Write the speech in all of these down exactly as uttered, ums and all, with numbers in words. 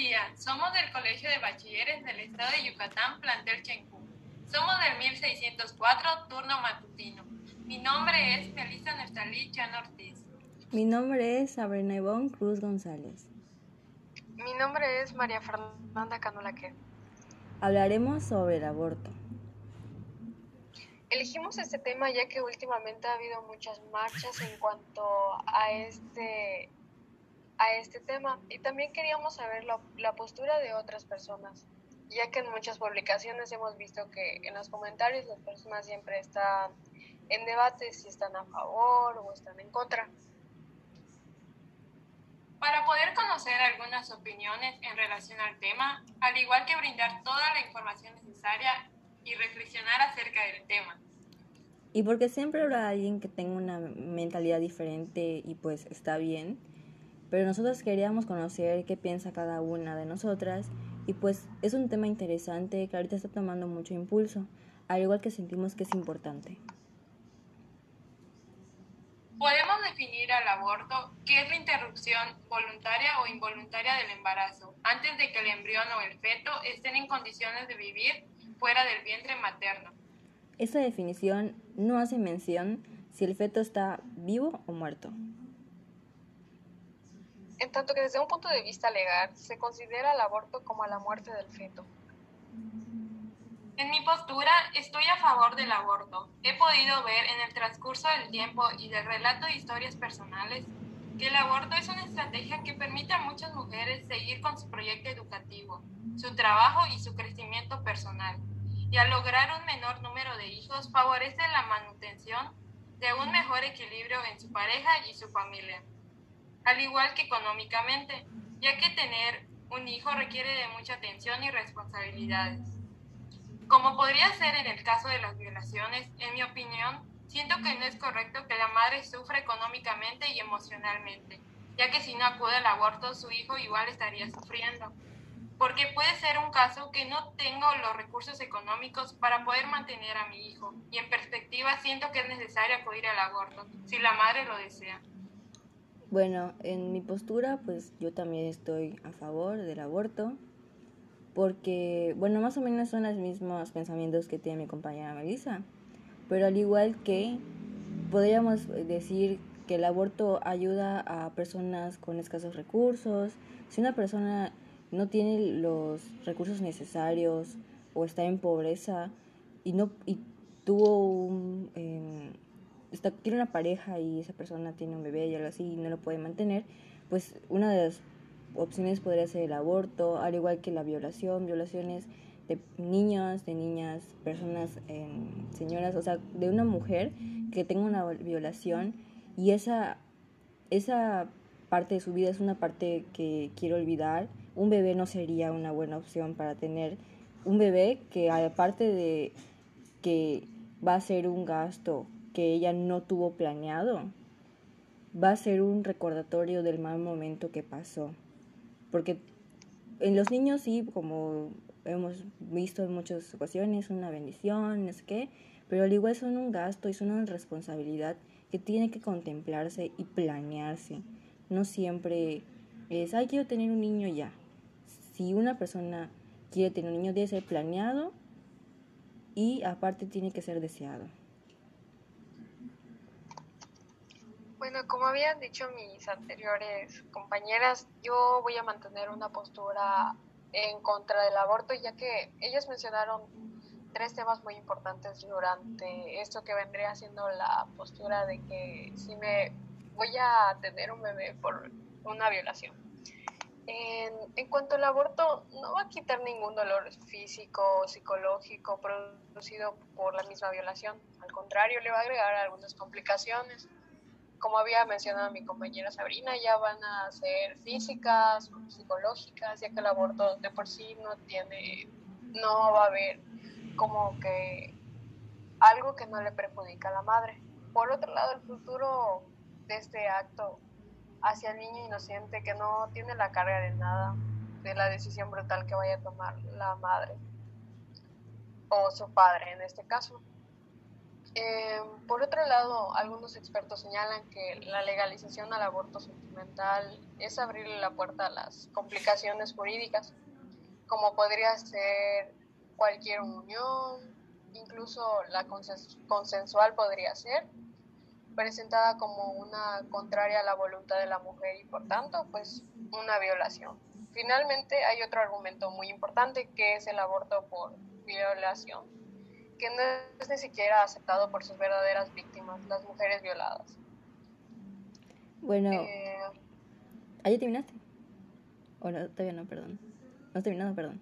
día, somos del Colegio de Bachilleres del Estado de Yucatán, plantel Chencú. Somos del mil seiscientos cuatro, turno matutino. Mi nombre es Melissa Neftalí Chan Ortiz. Mi nombre es Sabrina Ivonne Cruz González. Mi nombre es María Fernanda Canulaque. Hablaremos sobre el aborto. Elegimos este tema ya que últimamente ha habido muchas marchas en cuanto a este, a este tema y también queríamos saber la, la postura de otras personas, ya que en muchas publicaciones hemos visto que en los comentarios las personas siempre están en debate si están a favor o están en contra. Para poder conocer algunas opiniones en relación al tema, al igual que brindar toda la información necesaria y reflexionar acerca del tema. Y porque siempre habrá alguien que tenga una mentalidad diferente y pues está bien, pero nosotros queríamos conocer qué piensa cada una de nosotras y pues es un tema interesante que ahorita está tomando mucho impulso, al igual que sentimos que es importante. Podemos definir al aborto, que es la interrupción voluntaria o involuntaria del embarazo, antes de que el embrión o el feto estén en condiciones de vivir fuera del vientre materno. Esta definición no hace mención si el feto está vivo o muerto. En tanto que desde un punto de vista legal se considera el aborto como la muerte del feto. En mi postura, estoy a favor del aborto. He podido ver en el transcurso del tiempo y del relato de historias personales que el aborto es una estrategia que permite a muchas mujeres seguir con su proyecto educativo, su trabajo y su crecimiento personal. Y al lograr un menor número de hijos, favorece la manutención de un mejor equilibrio en su pareja y su familia. Al igual que económicamente, ya que tener un hijo requiere de mucha atención y responsabilidades. Como podría ser en el caso de las violaciones, en mi opinión, siento que no es correcto que la madre sufra económicamente y emocionalmente, ya que si no acude al aborto, su hijo igual estaría sufriendo. Porque puede ser un caso que no tengo los recursos económicos para poder mantener a mi hijo, y en perspectiva siento que es necesario acudir al aborto, si la madre lo desea. Bueno, en mi postura, pues yo también estoy a favor del aborto, porque, bueno, más o menos son los mismos pensamientos que tiene mi compañera Melissa, pero al igual que podríamos decir que el aborto ayuda a personas con escasos recursos. Si una persona no tiene los recursos necesarios o está en pobreza y no y tuvo un eh, está, tiene una pareja y esa persona tiene un bebé y algo así y no lo puede mantener, pues una de las opciones podría ser el aborto, al igual que la violación, violaciones de niños, de niñas, personas, eh, señoras, o sea, de una mujer que tenga una violación y esa, esa parte de su vida es una parte que quiere olvidar. Un bebé no sería una buena opción para tener un bebé que aparte de que va a ser un gasto que ella no tuvo planeado, va a ser un recordatorio del mal momento que pasó. Porque en los niños sí, como hemos visto en muchas ocasiones, una bendición, no sé qué, pero al igual son un gasto y son una responsabilidad que tiene que contemplarse y planearse. No siempre es, ay, quiero tener un niño ya. Si una persona quiere tener un niño, debe ser planeado y aparte tiene que ser deseado. Bueno, como habían dicho mis anteriores compañeras, yo voy a mantener una postura en contra del aborto, ya que ellas mencionaron tres temas muy importantes durante esto que vendría siendo la postura de que si me voy a tener un bebé por una violación. En, en cuanto al aborto, no va a quitar ningún dolor físico o psicológico producido por la misma violación. Al contrario, le va a agregar algunas complicaciones. Como había mencionado mi compañera Sabrina, ya van a ser físicas o psicológicas, ya que el aborto de por sí no tiene, no va a haber como que algo que no le perjudica a la madre. Por otro lado, el futuro de este acto hacia el niño inocente que no tiene la carga de nada, de la decisión brutal que vaya a tomar la madre o su padre en este caso. Eh, por otro lado, algunos expertos señalan que la legalización al aborto sentimental es abrirle la puerta a las complicaciones jurídicas, como podría ser cualquier unión, incluso la consensual podría ser, presentada como una contraria a la voluntad de la mujer y por tanto, pues una violación. Finalmente, hay otro argumento muy importante que es el aborto por violación, que no es ni siquiera aceptado por sus verdaderas víctimas, las mujeres violadas. Bueno, Eh, ¿ah, ya terminaste? O no, todavía no, perdón. No has terminado, perdón.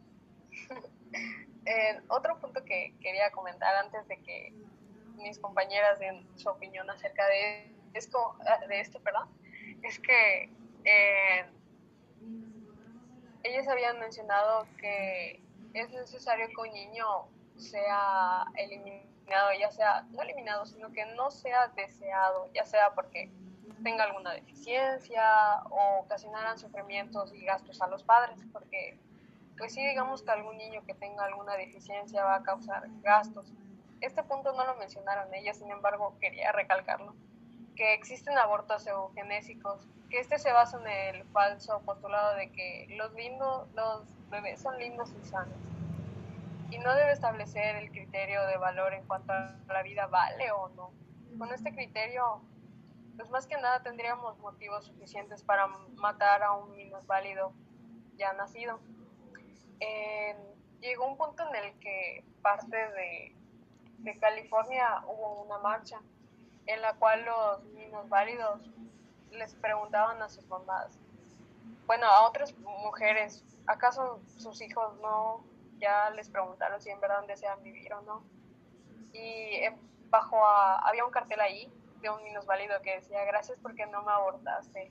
eh, otro punto que quería comentar antes de que mis compañeras den su opinión acerca de esto, de esto perdón, es que eh, ellas habían mencionado que es necesario que un niño sea eliminado, ya sea, no eliminado, sino que no sea deseado, ya sea porque tenga alguna deficiencia o ocasionaran sufrimientos y gastos a los padres, porque pues sí, digamos que algún niño que tenga alguna deficiencia va a causar gastos. Este punto no lo mencionaron ellas, sin embargo quería recalcarlo, que existen abortos eugenésicos, que este se basa en el falso postulado de que los, lindos, los bebés son lindos y sanos, y no debe establecer el criterio de valor en cuanto a la vida vale o no. Con este criterio, pues más que nada tendríamos motivos suficientes para matar a un minusválido ya nacido. Eh, llegó un punto en el que parte de, de California hubo una marcha en la cual los niños válidos les preguntaban a sus mamás, bueno, a otras mujeres, ¿acaso sus hijos no ya les preguntaron si en verdad desean vivir o no? Y bajo a, había un cartel ahí de un minusválido que decía, gracias porque no me abortaste.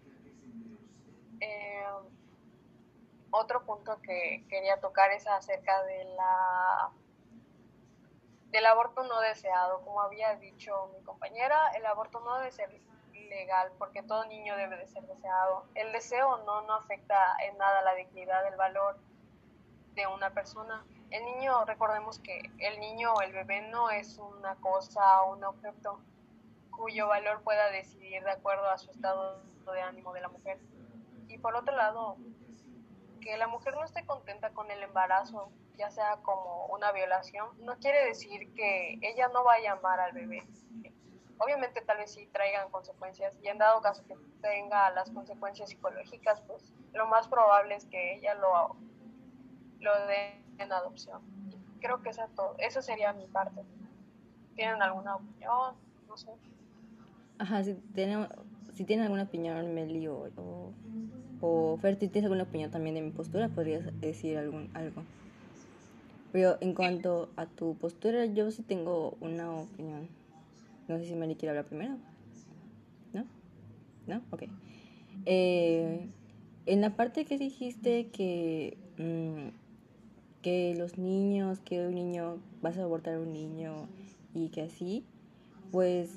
Eh, otro punto que quería tocar es acerca de la del aborto no deseado. Como había dicho mi compañera, el aborto no debe ser legal porque todo niño debe de ser deseado. El deseo no, no afecta en nada la dignidad, el valor de una persona. El niño, recordemos que el niño o el bebé no es una cosa o un objeto cuyo valor pueda decidir de acuerdo a su estado de ánimo de la mujer. Y por otro lado, que la mujer no esté contenta con el embarazo, ya sea como una violación, no quiere decir que ella no vaya a amar al bebé. Obviamente tal vez sí traigan consecuencias y en dado caso que tenga las consecuencias psicológicas, pues lo más probable es que ella lo, lo dé en adopción. Y creo que eso, todo, eso sería mi parte. ¿Tienen alguna opinión? No sé. Ajá, si tienen, si tienen alguna opinión, Meli o, o, o Fer, si tienes alguna opinión también de mi postura, podrías decir algún, algo. Pero en cuanto a tu postura, yo sí tengo una opinión. No sé si Meli quiere hablar primero. ¿No? ¿No? Ok. Eh, en la parte que dijiste que, mmm, que los niños, que un niño, vas a abortar a un niño y que así, pues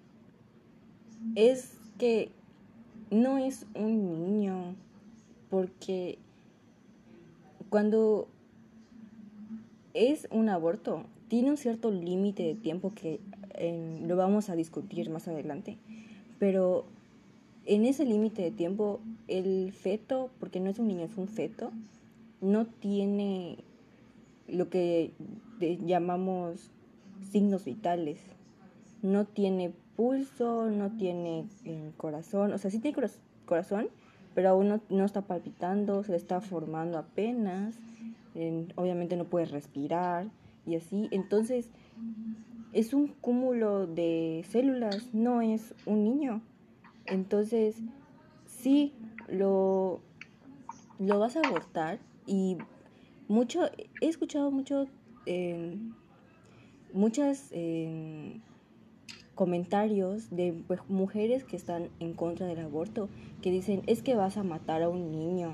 es que no es un niño, porque cuando es un aborto, tiene un cierto límite de tiempo que eh, lo vamos a discutir más adelante, pero en ese límite de tiempo el feto, porque no es un niño, es un feto, no tiene lo que llamamos signos vitales, no tiene pulso, no tiene eh, corazón, o sea, sí tiene corazón, pero aún no, no está palpitando, se le está formando apenas, eh, obviamente no puede respirar y así, entonces es un cúmulo de células, no es un niño. Entonces sí lo, lo vas a abortar y mucho, he escuchado mucho eh, muchas eh, comentarios de pues, mujeres que están en contra del aborto, que dicen, es que vas a matar a un niño.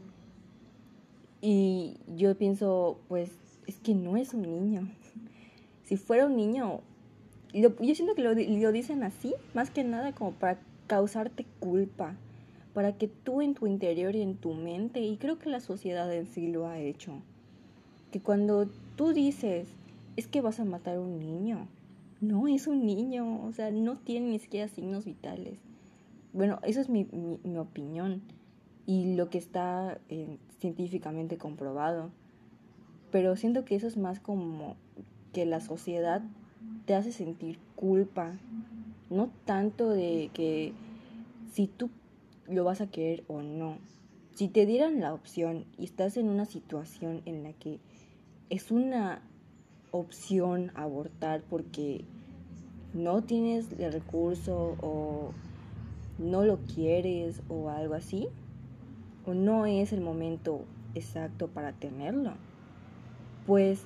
Y yo pienso, pues, es que no es un niño. Si fuera un niño, lo, yo siento que lo, lo dicen así, más que nada como para causarte culpa, para que tú en tu interior y en tu mente, y creo que la sociedad en sí lo ha hecho, que cuando tú dices, es que vas a matar a un niño, no es un niño, o sea, no tiene ni siquiera signos vitales. Bueno, eso es mi, mi, mi opinión y lo que está eh, científicamente comprobado. Pero siento que eso es más como que la sociedad te hace sentir culpa, no tanto de que si tú lo vas a querer o no. Si te dieran la opción y estás en una situación en la que es una opción abortar porque no tienes el recurso o no lo quieres o algo así, o no es el momento exacto para tenerlo, pues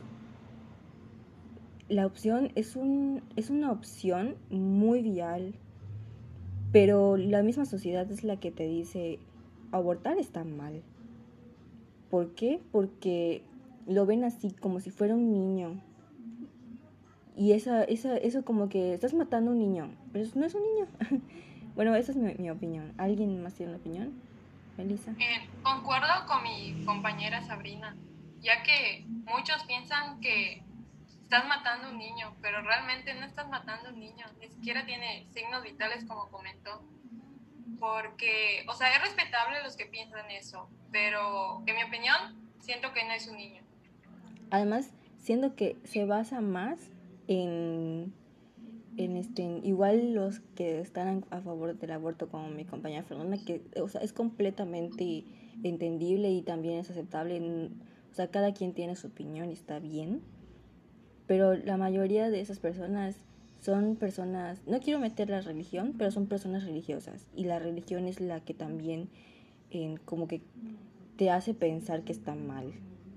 la opción es, un, es una opción muy vial, pero la misma sociedad es la que te dice abortar está mal. ¿Por qué? Porque lo ven así como si fuera un niño. Y esa, esa, eso como que estás matando a un niño, pero eso no es un niño. Bueno, esa es mi, mi opinión. ¿Alguien más tiene una opinión? Elisa. Eh, concuerdo con mi compañera Sabrina, ya que muchos piensan que estás matando a un niño, pero realmente no estás matando a un niño, ni siquiera tiene signos vitales como comentó. Porque, o sea, es respetable los que piensan eso, pero en mi opinión, siento que no es un niño. Además, siento que se basa más en, en este, en igual los que están a favor del aborto, como mi compañera Fernanda, que, o sea, es completamente entendible y también es aceptable. O sea, cada quien tiene su opinión y está bien. Pero la mayoría de esas personas son personas, no quiero meter la religión, pero son personas religiosas. Y la religión es la que también eh, como que te hace pensar que está mal.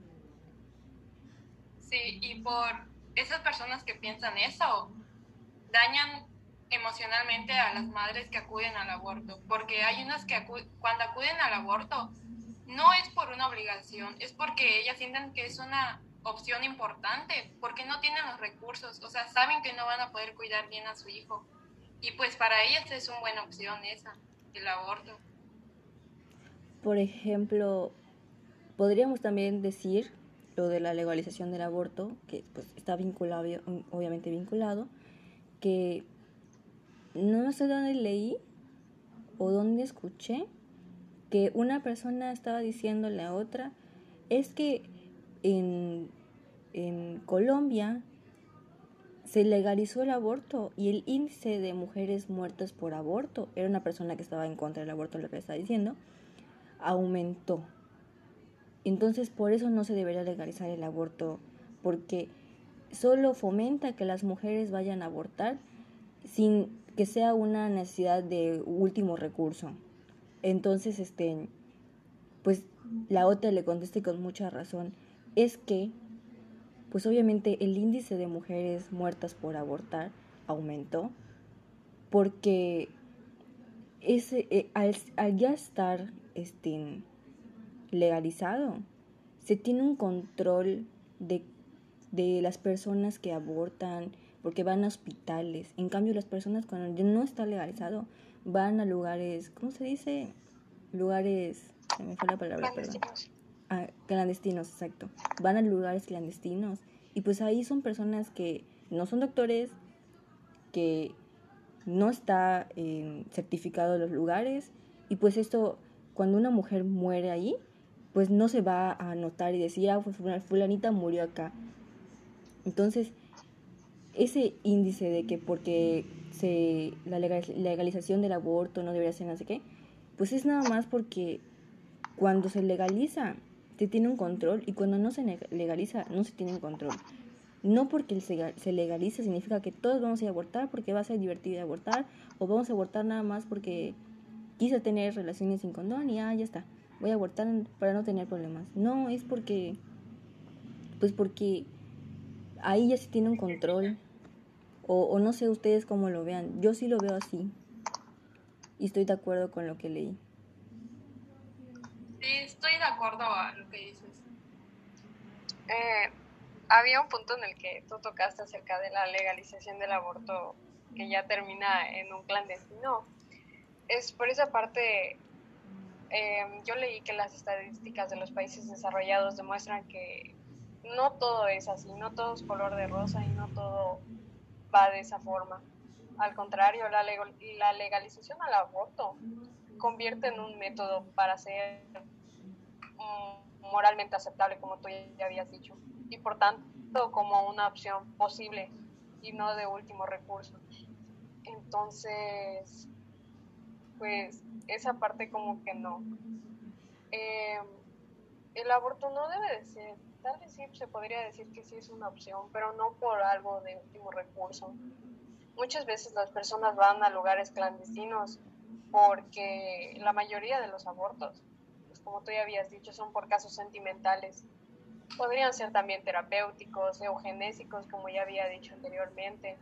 Sí, y por esas personas que piensan eso, dañan emocionalmente a las madres que acuden al aborto, porque hay unas que acu- cuando acuden al aborto no es por una obligación, es porque ellas sienten que es una opción importante, porque no tienen los recursos, o sea, saben que no van a poder cuidar bien a su hijo, y pues para ellas es una buena opción esa, el aborto. Por ejemplo, podríamos también decir lo de la legalización del aborto, que pues está vinculado, obviamente vinculado, que no sé dónde leí o dónde escuché que una persona estaba diciéndole a otra, es que en, en Colombia se legalizó el aborto y el índice de mujeres muertas por aborto, era una persona que estaba en contra del aborto, lo que estaba diciendo, aumentó. Entonces por eso no se debería legalizar el aborto, porque solo fomenta que las mujeres vayan a abortar sin que sea una necesidad de último recurso. Entonces, este, pues la otra le contesta con mucha razón, es que, pues obviamente el índice de mujeres muertas por abortar aumentó, porque ese, eh, al, al ya estar este, legalizado, se tiene un control de, de las personas que abortan, porque van a hospitales. En cambio, las personas cuando no está legalizado van a lugares, ¿cómo se dice? Lugares, se me fue la palabra, perdón. Ah, clandestinos, exacto. Van a lugares clandestinos y pues ahí son personas que no son doctores, que no está eh, certificado los lugares y pues esto, cuando una mujer muere ahí, pues no se va a anotar y decir, ah, pues fulanita murió acá. Entonces, ese índice de que porque se la legalización del aborto no debería ser no sé qué, pues es nada más porque cuando se legaliza se tiene un control y cuando no se legaliza no se tiene un control. No porque se legaliza significa que todos vamos a ir a abortar porque va a ser divertido abortar, o vamos a abortar nada más porque quise tener relaciones sin condón y ah, ya está, voy a abortar para no tener problemas. No, es porque, pues porque ahí ya se tiene un control. O, o no sé ustedes cómo lo vean. Yo sí lo veo así. Y estoy de acuerdo con lo que leí. Sí, estoy de acuerdo a lo que dices. Eh, había un punto en el que tú tocaste acerca de la legalización del aborto que ya termina en un clandestino. Es por esa parte, eh, yo leí que las estadísticas de los países desarrollados demuestran que no todo es así, no todo es color de rosa y no todo va de esa forma. Al contrario, la, legal, la legalización al aborto convierte en un método para ser um, moralmente aceptable, como tú ya habías dicho, y por tanto como una opción posible y no de último recurso. Entonces, pues esa parte como que no. Eh, el aborto no debe de ser, tal vez sí se podría decir que sí es una opción, pero no por algo de último recurso. Muchas veces las personas van a lugares clandestinos porque la mayoría de los abortos, pues como tú ya habías dicho, son por casos sentimentales. Podrían ser también terapéuticos, eugenésicos, como ya había dicho anteriormente,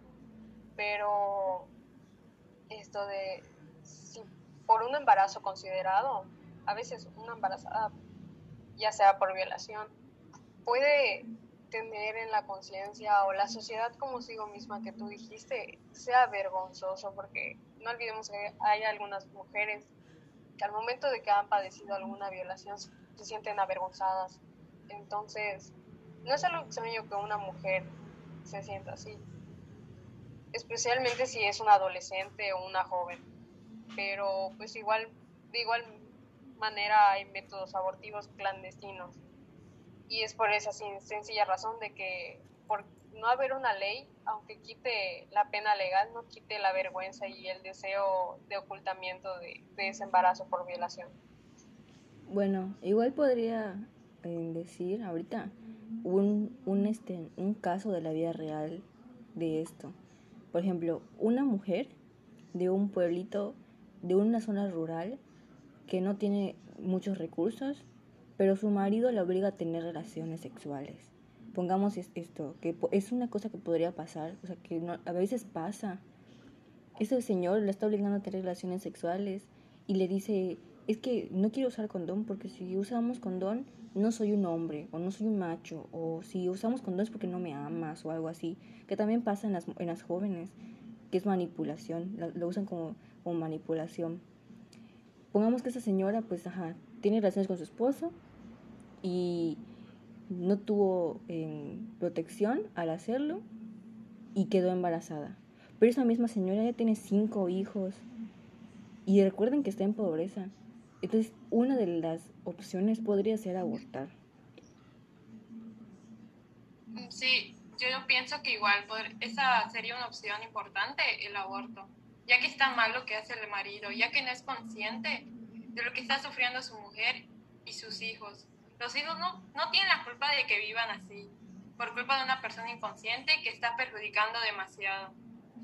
pero esto de si por un embarazo considerado, a veces una embarazada, ya sea por violación, puede tener en la conciencia o la sociedad consigo misma que tú dijiste sea vergonzoso, porque no olvidemos que hay algunas mujeres que al momento de que han padecido alguna violación se sienten avergonzadas. Entonces, no es algo extraño que una mujer se sienta así, especialmente si es una adolescente o una joven, pero pues igual, de igual manera hay métodos abortivos clandestinos. Y es por esa sencilla razón de que por no haber una ley, aunque quite la pena legal, no quite la vergüenza y el deseo de ocultamiento de, de ese embarazo por violación. Bueno, igual podría eh, decir ahorita un, un, este, un caso de la vida real de esto. Por ejemplo, una mujer de un pueblito, de una zona rural, que no tiene muchos recursos, pero su marido la obliga a tener relaciones sexuales. Pongamos esto, que es una cosa que podría pasar, o sea, que no, a veces pasa. Ese señor la está obligando a tener relaciones sexuales y le dice, es que no quiero usar condón porque si usamos condón no soy un hombre o no soy un macho, o si usamos condón es porque no me amas o algo así, que también pasa en las, en las jóvenes, que es manipulación, lo, lo usan como, como manipulación. Pongamos que esa señora pues ajá, tiene relaciones con su esposo y no tuvo eh, protección al hacerlo y quedó embarazada. Pero esa misma señora ya tiene cinco hijos y recuerden que está en pobreza. Entonces, una de las opciones podría ser abortar. Sí, yo pienso que igual poder, esa sería una opción importante, el aborto, ya que está mal lo que hace el marido, ya que no es consciente de lo que está sufriendo su mujer y sus hijos. Los hijos no, no tienen la culpa de que vivan así, por culpa de una persona inconsciente que está perjudicando demasiado.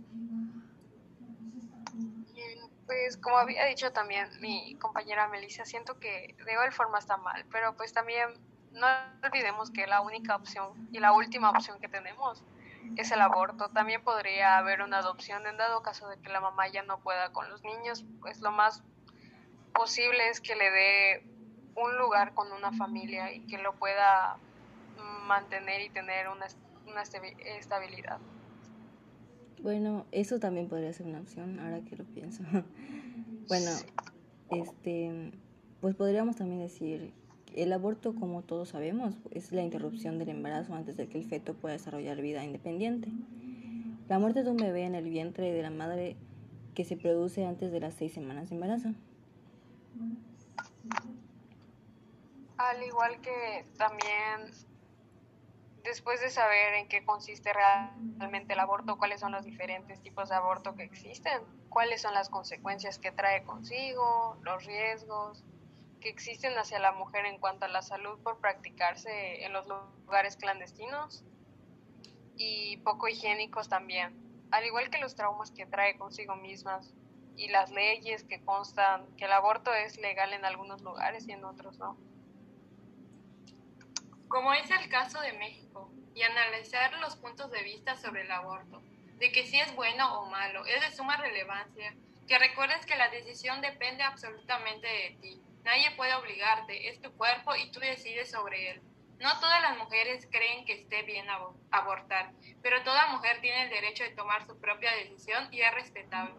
Pues como había dicho también mi compañera Melissa, siento que de igual forma está mal, pero pues también no olvidemos que la única opción y la última opción que tenemos es el aborto. También podría haber una adopción en dado caso de que la mamá ya no pueda con los niños, pues lo más posible es que le dé un lugar con una familia y que lo pueda mantener y tener una, una estabilidad. Bueno, eso también podría ser una opción, ahora que lo pienso. Bueno, este, pues podríamos también decir, el aborto, como todos sabemos, es la interrupción del embarazo antes de que el feto pueda desarrollar vida independiente. La muerte de un bebé en el vientre de la madre que se produce antes de las seis semanas de embarazo. Al igual que también después de saber en qué consiste realmente el aborto, cuáles son los diferentes tipos de aborto que existen, cuáles son las consecuencias que trae consigo, los riesgos que existen hacia la mujer en cuanto a la salud por practicarse en los lugares clandestinos y poco higiénicos también, al igual que los traumas que trae consigo mismas y las leyes que constan que el aborto es legal en algunos lugares y en otros no. Como es el caso de México, y analizar los puntos de vista sobre el aborto, de que si es bueno o malo, es de suma relevancia, que recuerdes que la decisión depende absolutamente de ti. Nadie puede obligarte, es tu cuerpo y tú decides sobre él. No todas las mujeres creen que esté bien abortar, pero toda mujer tiene el derecho de tomar su propia decisión y es respetable.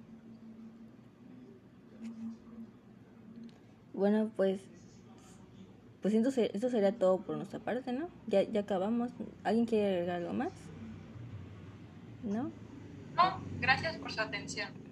Bueno, pues Pues entonces, esto sería todo por nuestra parte, ¿no? Ya, ya acabamos. ¿Alguien quiere agregar algo más? ¿No? Gracias por su atención.